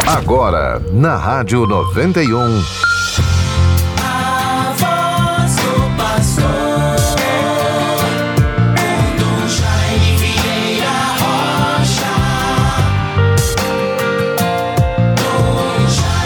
Agora, na Rádio 91. A voz do pastor, Dom Jaime Vieira Rocha. Dom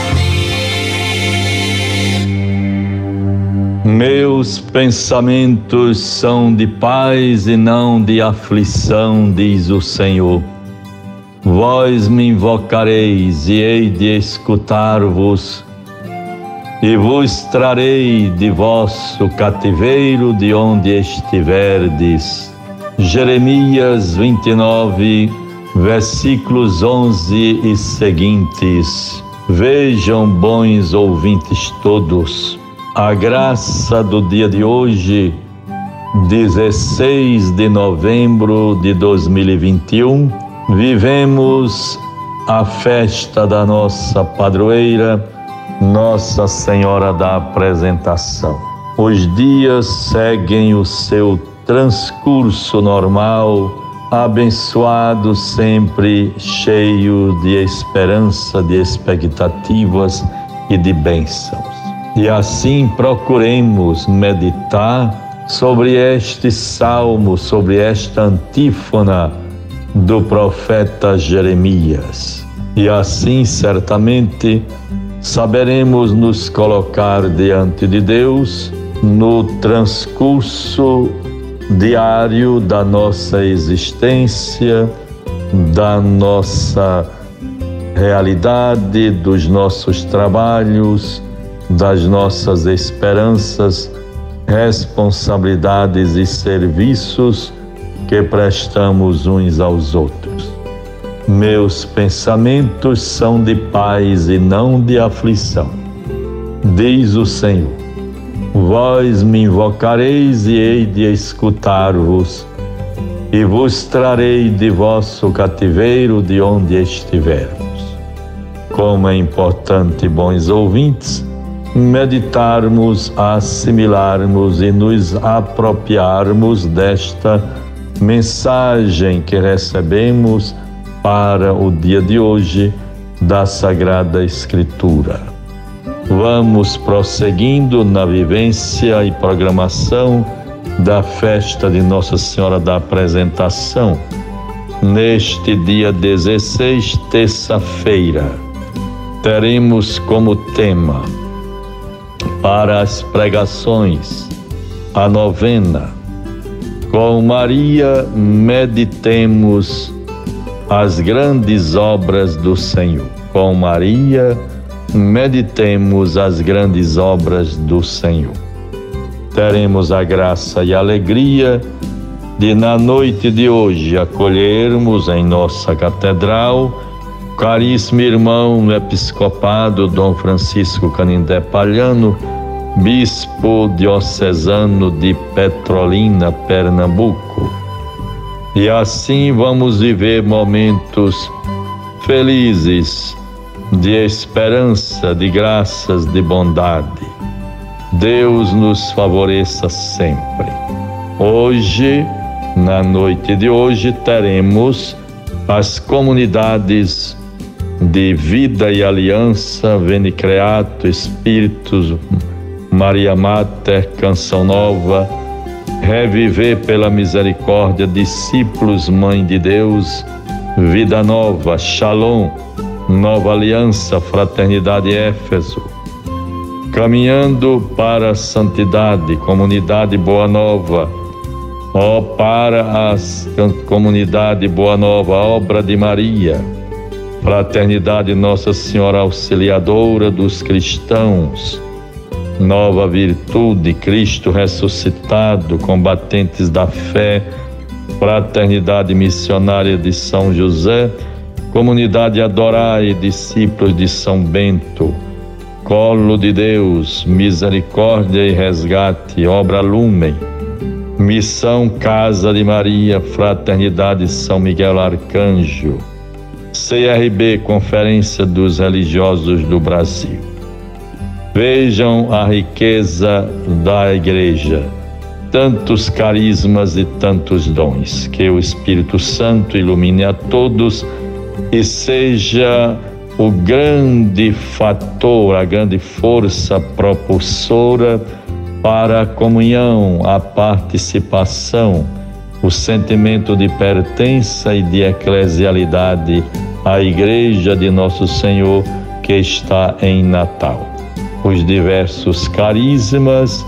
Jaime. Meus pensamentos são de paz e não de aflição, diz o Senhor. Vós me invocareis e hei de escutar-vos, e vos trarei de vosso cativeiro de onde estiverdes. Jeremias 29, versículos 11 e seguintes. Vejam, bons ouvintes todos, a graça do dia de hoje, 16 de novembro de 2021, vivemos a festa da nossa padroeira, Nossa Senhora da Apresentação. Os dias seguem o seu transcurso normal, abençoado, sempre cheio de esperança, de expectativas e de bênçãos. E assim procuremos meditar sobre este salmo, sobre esta antífona do profeta Jeremias. E assim, certamente, saberemos nos colocar diante de Deus no transcurso diário da nossa existência, da nossa realidade, dos nossos trabalhos, das nossas esperanças, responsabilidades e serviços que prestamos uns aos outros. Meus pensamentos são de paz e não de aflição, diz o Senhor. Vós me invocareis e hei de escutar-vos, e vos trarei de vosso cativeiro de onde estivermos. Como é importante, bons ouvintes, meditarmos, assimilarmos e nos apropriarmos desta mensagem que recebemos para o dia de hoje da Sagrada Escritura. Vamos prosseguindo na vivência e programação da festa de Nossa Senhora da Apresentação, neste dia 16, terça-feira. Teremos como tema para as pregações a novena. Com Maria, meditemos as grandes obras do Senhor. Com Maria, meditemos as grandes obras do Senhor. Teremos a graça e a alegria de, na noite de hoje, acolhermos em nossa catedral o caríssimo irmão episcopado Dom Francisco Canindé Palhano, bispo diocesano de Petrolina, Pernambuco. E assim vamos viver momentos felizes, de esperança, de graças, de bondade. Deus nos favoreça sempre. Hoje, na noite de hoje, teremos as comunidades de Vida e Aliança, Veni Creato, Espíritos, Maria Mater, Canção Nova, Reviver pela Misericórdia, Discípulos, Mãe de Deus, Vida Nova, Shalom, Nova Aliança, Fraternidade Éfeso, Caminhando para a Santidade, Comunidade Boa Nova, para a Comunidade Boa Nova, Obra de Maria, Fraternidade Nossa Senhora Auxiliadora dos Cristãos, Nova Virtude, Cristo ressuscitado, Combatentes da Fé, Fraternidade Missionária de São José, Comunidade Adorai, Discípulos de São Bento, Colo de Deus, Misericórdia e Resgate, Obra Lumen, Missão Casa de Maria, Fraternidade São Miguel Arcanjo, CRB, Conferência dos Religiosos do Brasil. Vejam a riqueza da Igreja, tantos carismas e tantos dons. Que o Espírito Santo ilumine a todos e seja o grande fator, a grande força propulsora para a comunhão, a participação, o sentimento de pertença e de eclesialidade à Igreja de Nosso Senhor que está em Natal. Os diversos carismas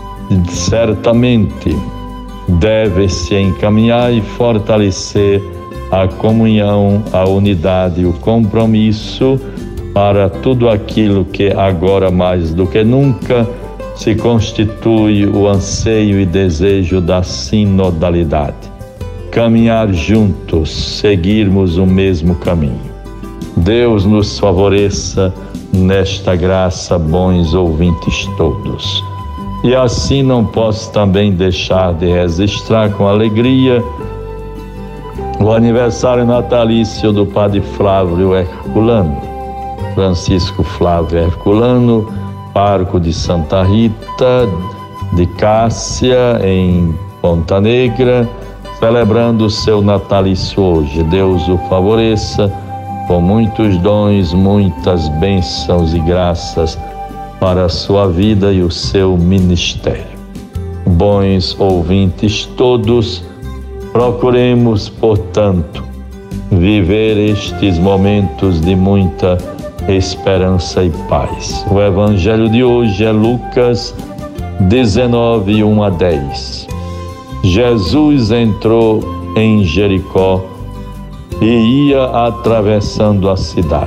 certamente devem-se encaminhar e fortalecer a comunhão, a unidade, o compromisso para tudo aquilo que agora mais do que nunca se constitui o anseio e desejo da sinodalidade. Caminhar juntos, seguirmos o mesmo caminho. Deus nos favoreça nesta graça, bons ouvintes todos. E assim não posso também deixar de registrar com alegria o aniversário natalício do Padre Flávio Herculano, Francisco Flávio Herculano, pároco de Santa Rita de Cássia, em Ponta Negra, celebrando o seu natalício hoje. Deus o favoreça com muitos dons, muitas bênçãos e graças para a sua vida e o seu ministério. Bons ouvintes todos, procuremos, portanto, viver estes momentos de muita esperança e paz. O evangelho de hoje é Lucas 19, 1-10. Jesus entrou em Jericó e ia atravessando a cidade.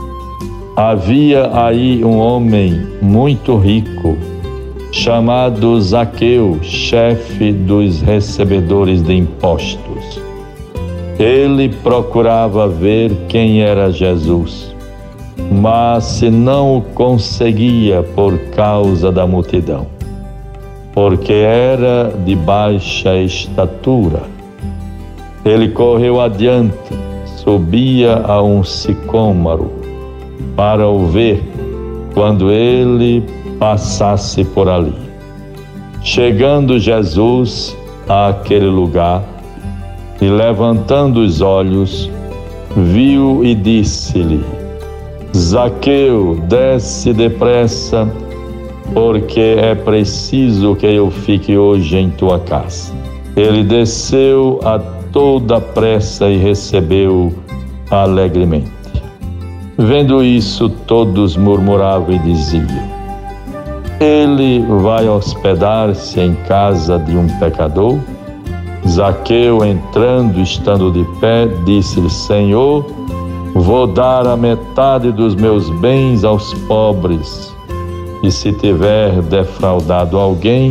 Havia aí um homem muito rico, chamado Zaqueu, chefe dos recebedores de impostos. Ele procurava ver quem era Jesus, mas não o conseguia por causa da multidão, porque era de baixa estatura. Ele correu adiante, subia a um sicômoro para o ver quando ele passasse por ali. Chegando Jesus àquele lugar e levantando os olhos, viu e disse-lhe: Zaqueu, desce depressa, porque é preciso que eu fique hoje em tua casa. Ele desceu a toda pressa e recebeu alegremente. Vendo isso, todos murmuravam e diziam: ele vai hospedar-se em casa de um pecador? Zaqueu, entrando, estando de pé, disse-lhe: Senhor, vou dar a metade dos meus bens aos pobres, e se tiver defraudado alguém,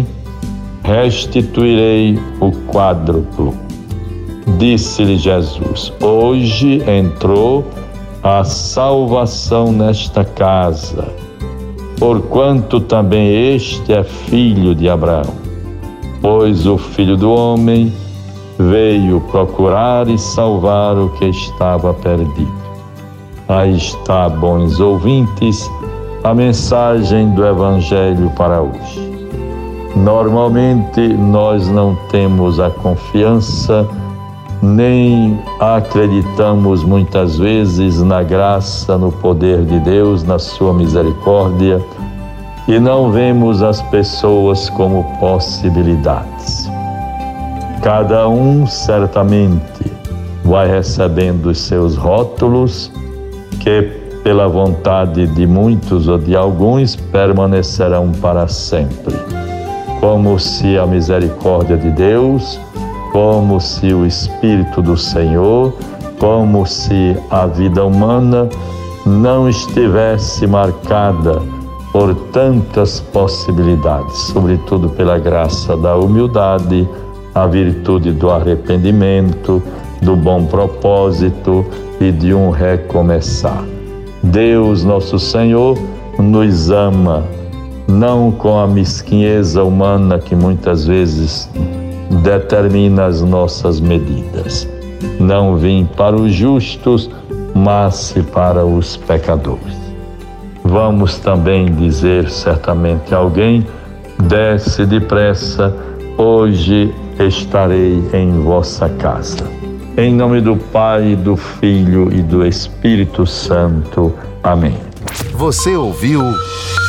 restituirei o quádruplo. Disse-lhe Jesus: hoje entrou a salvação nesta casa, porquanto também este é filho de Abraão. Pois o Filho do Homem veio procurar e salvar o que estava perdido. Aí está, bons ouvintes, a mensagem do Evangelho para hoje. Normalmente nós não temos a confiança, nem acreditamos muitas vezes na graça, no poder de Deus, na sua misericórdia, e não vemos as pessoas como possibilidades. Cada um certamente vai recebendo os seus rótulos, que pela vontade de muitos ou de alguns permanecerão para sempre, como se a misericórdia de Deus, como se o Espírito do Senhor, como se a vida humana não estivesse marcada por tantas possibilidades, sobretudo pela graça da humildade, a virtude do arrependimento, do bom propósito e de um recomeçar. Deus, nosso Senhor, nos ama, não com a mesquinheza humana que muitas vezes determina as nossas medidas. Não vim para os justos, mas para os pecadores. Vamos também dizer certamente a alguém: desce depressa, hoje estarei em vossa casa. Em nome do Pai, do Filho e do Espírito Santo. Amém. Você ouviu